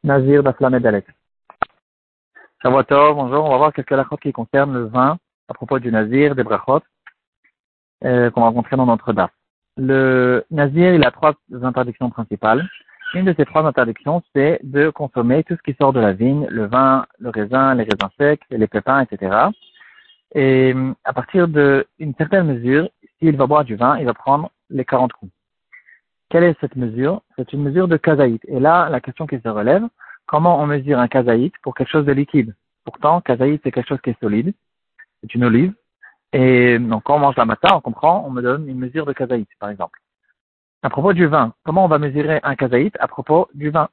Nazir d'Aflamedalek. Shavuot, bonjour, on va voir quelques halachot qui concernent le vin à propos du Nazir, des brachot, qu'on va rencontrer dans notre daf. Le Nazir, il a trois interdictions principales. Une de ces trois interdictions, c'est de consommer tout ce qui sort de la vigne, le vin, le raisin, les raisins secs, les pépins, etc. Et à partir d'une certaine mesure, s'il va boire du vin, il va prendre les 40 coups. Quelle est cette mesure? C'est une mesure de kazaït. Et là, la question qui se relève, comment on mesure un kazaït pour quelque chose de liquide? Pourtant, kazaït, c'est quelque chose qui est solide. C'est une olive. Et donc, quand on mange la mata, on comprend, on me donne une mesure de kazaït, par exemple. À propos du vin, comment on va mesurer un kazaït à propos du vin?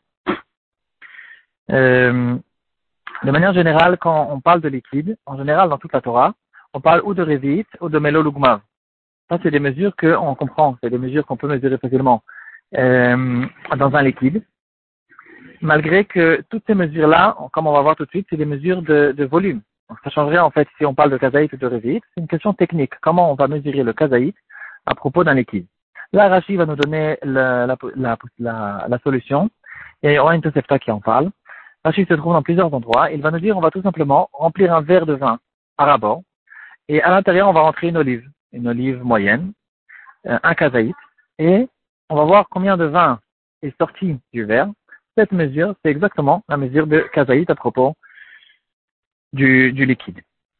De manière générale, quand on parle de liquide, en général, dans toute la Torah, on parle ou de révit ou de melolugmav. Ça, c'est des mesures qu'on comprend. C'est des mesures qu'on peut mesurer facilement dans un liquide. Malgré que toutes ces mesures-là, comme on va voir tout de suite, c'est des mesures de volume. Donc, ça changerait en fait si on parle de kazaït ou de révit. C'est une question technique. Comment on va mesurer le kazaït à propos d'un liquide? Là, Rashi va nous donner la solution. Il y aura une Tosefta qui en parle. Rashi se trouve dans plusieurs endroits. Il va nous dire, on va tout simplement remplir un verre de vin à rabord. Et à l'intérieur, on va rentrer une olive moyenne, un kazaït. Et on va voir combien de vin est sorti du verre. Cette mesure, c'est exactement la mesure de kazaït à propos du liquide.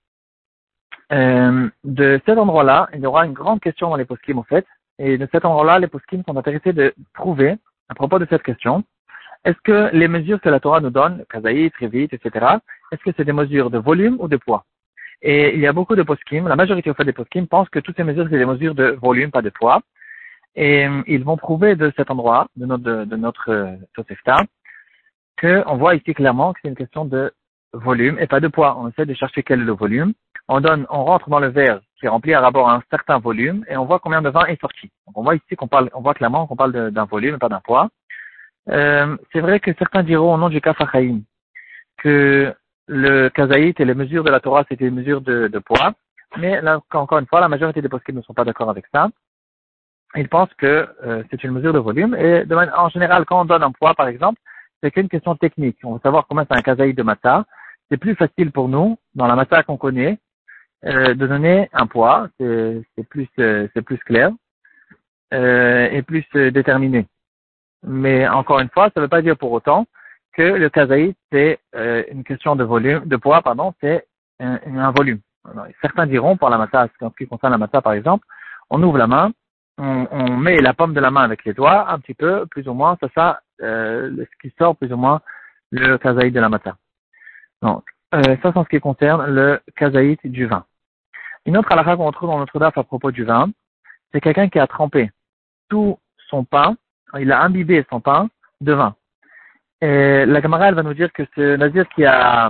De cet endroit-là, il y aura une grande question dans les poskim, en fait. Et de cet endroit-là, les poskim sont intéressés de trouver, à propos de cette question, est-ce que les mesures que la Torah nous donne, kazaït, révit, etc., est-ce que c'est des mesures de volume ou de poids? Et il y a beaucoup de poskim, la majorité au fait des poskim pensent que toutes ces mesures, c'est des mesures de volume, pas de poids. Et ils vont prouver de cet endroit, de notre Tosefta, qu'on voit ici clairement que c'est une question de volume et pas de poids. On essaie de chercher quel est le volume. On rentre dans le verre qui est rempli à rapport à un certain volume et on voit combien de vin est sorti. Donc on voit ici on voit clairement qu'on parle d'un volume et pas d'un poids. C'est vrai que certains diront au nom du Kafachaïm que le kazaït et les mesures de la Torah c'était des mesures de poids. Mais là, encore une fois, la majorité des poskim ne sont pas d'accord avec ça. Ils pensent que c'est une mesure de volume et en général, quand on donne un poids, par exemple, c'est qu'une question technique. On veut savoir combien c'est un kazaït de mata. C'est plus facile pour nous, dans la mata qu'on connaît, de donner un poids. C'est plus clair et plus déterminé. Mais encore une fois, ça ne veut pas dire pour autant que le kazaït c'est une question de volume, de poids, pardon, c'est un volume. Alors, certains diront pour la mata, en ce qui concerne la mata par exemple, on ouvre la main. On met la paume de la main avec les doigts, un petit peu, plus ou moins, ce qui sort plus ou moins le kazaït de la mata. Donc, ça c'est en ce qui concerne le kazaït du vin. Une autre halakha qu'on retrouve dans notre daf à propos du vin, c'est quelqu'un qui a trempé tout son pain, il a imbibé son pain de vin. Et la Gemara, elle va nous dire que ce nazir qui a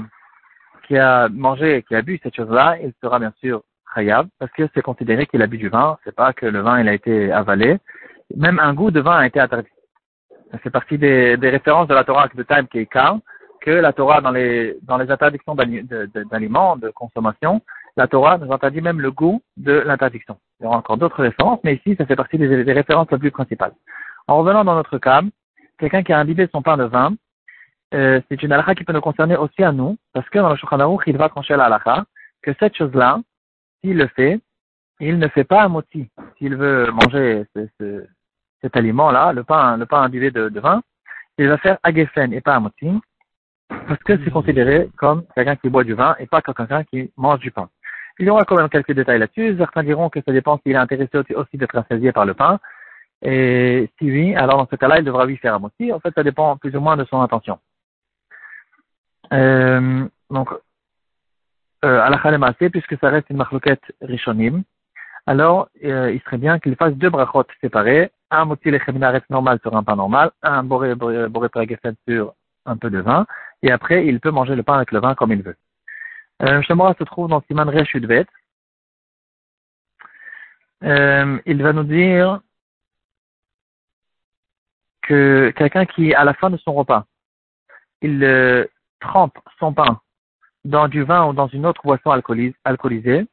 mangé, qui a bu cette chose-là, il sera bien sûr chayav, parce que c'est considéré qu'il a bu du vin, c'est pas que le vin il a été avalé, même un goût de vin a été interdit. Ça fait partie des références de la Torah de Time qui est car, que la Torah dans les interdictions d'aliments, de consommation, la Torah nous interdit même le goût de l'interdiction. Il y aura encore d'autres références, mais ici ça fait partie des références les plus principales. En revenant dans notre cas, quelqu'un qui a imbibé son pain de vin, c'est une halakha qui peut nous concerner aussi à nous, parce que dans le Shulchan Aruch, il va trancher la halakha, que cette chose-là, s'il le fait, il ne fait pas un moti. S'il veut manger cet aliment-là, le pain imbibé de vin, il va faire agefen et pas un moti, parce que c'est considéré comme quelqu'un qui boit du vin et pas comme quelqu'un qui mange du pain. Il y aura quand même quelques détails là-dessus. Certains diront que ça dépend s'il est intéressé aussi d'être rassasié par le pain. Et si oui, alors dans ce cas-là, il devra lui faire un moti. En fait, ça dépend plus ou moins de son intention. Donc, halakha lemaaseh, puisque ça reste une machloket rishonim, alors il serait bien qu'il fasse deux brachot séparés, un moti lechem naretz normal sur un pain normal, un boré pragefen sur un peu de vin, et après il peut manger le pain avec le vin comme il veut. Shemora se trouve dans Siman Resh Yudbet. Il va nous dire que quelqu'un qui, à la fin de son repas, il trempe son pain dans du vin ou dans une autre boisson alcoolisée,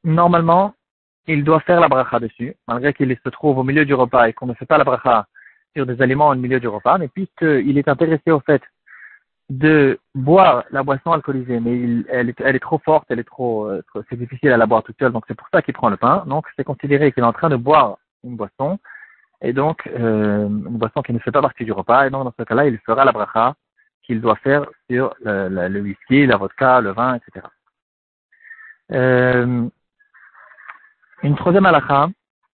normalement, il doit faire la bracha dessus, malgré qu'il se trouve au milieu du repas et qu'on ne fait pas la bracha sur des aliments au milieu du repas, mais puisqu'il est intéressé au fait de boire la boisson alcoolisée, mais elle est trop forte, c'est difficile à la boire toute seule, donc c'est pour ça qu'il prend le pain. Donc c'est considéré qu'il est en train de boire une boisson, et donc une boisson qui ne fait pas partie du repas, et donc dans ce cas-là, il fera la bracha qu'il doit faire sur le whisky, la vodka, le vin, etc. Une troisième halakha,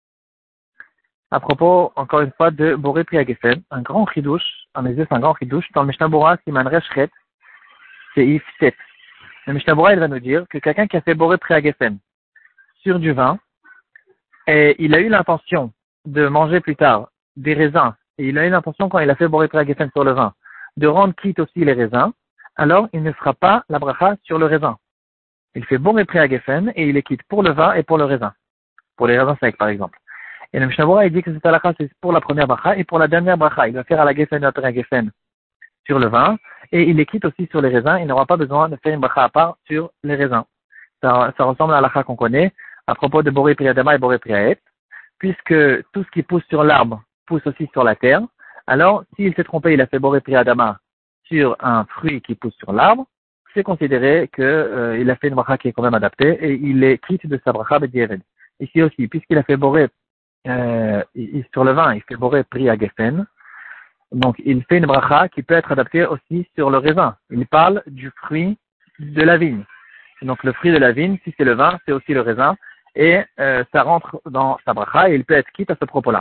à propos, encore une fois, de Boré Priagefen, un grand chidouche, à mes yeux c'est un grand chidouche, dans le Mishnah Bora, Siman Reshret, c'est If 7. Le Mishnah Bora, il va nous dire que quelqu'un qui a fait Boré Priagefen sur du vin, et il a eu l'intention de manger plus tard des raisins, et il a eu l'intention quand il a fait Boré Priagefen sur le vin, de rendre quitte aussi les raisins, alors il ne fera pas la bracha sur le raisin. Il fait Boré Priagefen et il est quitte pour le vin et pour le raisin. Pour les raisins secs, par exemple. Et le Mishnah Bora, il dit que cette halakha, c'est pour la première bracha et pour la dernière bracha. Il va faire à la gefen et à gefen sur le vin et il est quitte aussi sur les raisins. Il n'aura pas besoin de faire une bracha à part sur les raisins. Ça ressemble à l'halakha qu'on connaît à propos de Boré Priadama et Boré Priaet, puisque tout ce qui pousse sur l'arbre pousse aussi sur la terre. Alors, s'il s'est trompé, il a fait Boré Priadama sur un fruit qui pousse sur l'arbre, c'est considéré que il a fait une bracha qui est quand même adaptée et il est quitte de sa bracha b'diavad. Ici aussi, puisqu'il a fait Boré sur le vin, il fait Boré Pri à Geffen. Donc, il fait une bracha qui peut être adaptée aussi sur le raisin. Il parle du fruit de la vigne. Donc, le fruit de la vigne, si c'est le vin, c'est aussi le raisin. Et ça rentre dans sa bracha et il peut être quitte à ce propos-là.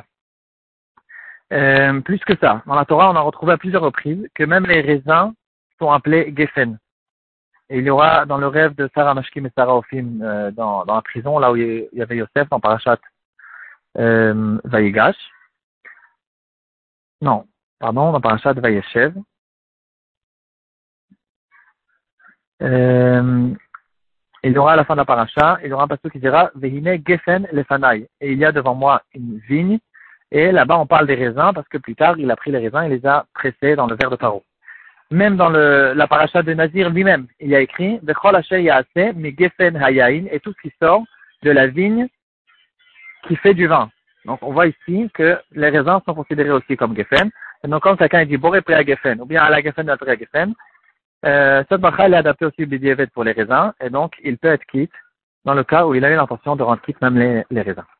Plus que ça, dans la Torah, on a retrouvé à plusieurs reprises que même les raisins sont appelés Geffen. Et il y aura dans le rêve de Sarah Mashkim et Sarah Ophim dans la prison, là où il y avait Yosef, dans Parashat Vayigash. Non, pardon, dans Parashat Vayeshev. Il y aura à la fin de la paracha, il y aura un passage qui dira Vehine Geffen Lefanai. Et il y a devant moi une vigne. Et là-bas, on parle des raisins parce que plus tard, il a pris les raisins et les a pressés dans le verre de Paro. Même dans la paracha de Nazir lui-même, il y a écrit Vechol Asher Yaaseh Mi Geffen Hayain, et tout ce qui sort de la vigne qui fait du vin. Donc, on voit ici que les raisins sont considérés aussi comme Geffen. Et donc, quand quelqu'un dit Boré Priya Geffen, ou bien à la Geffen de Priya Geffen, cette bracha, elle est adaptée aussi au B'diavad pour les raisins, et donc, il peut être quitte dans le cas où il a eu l'intention de rendre quitte même les raisins.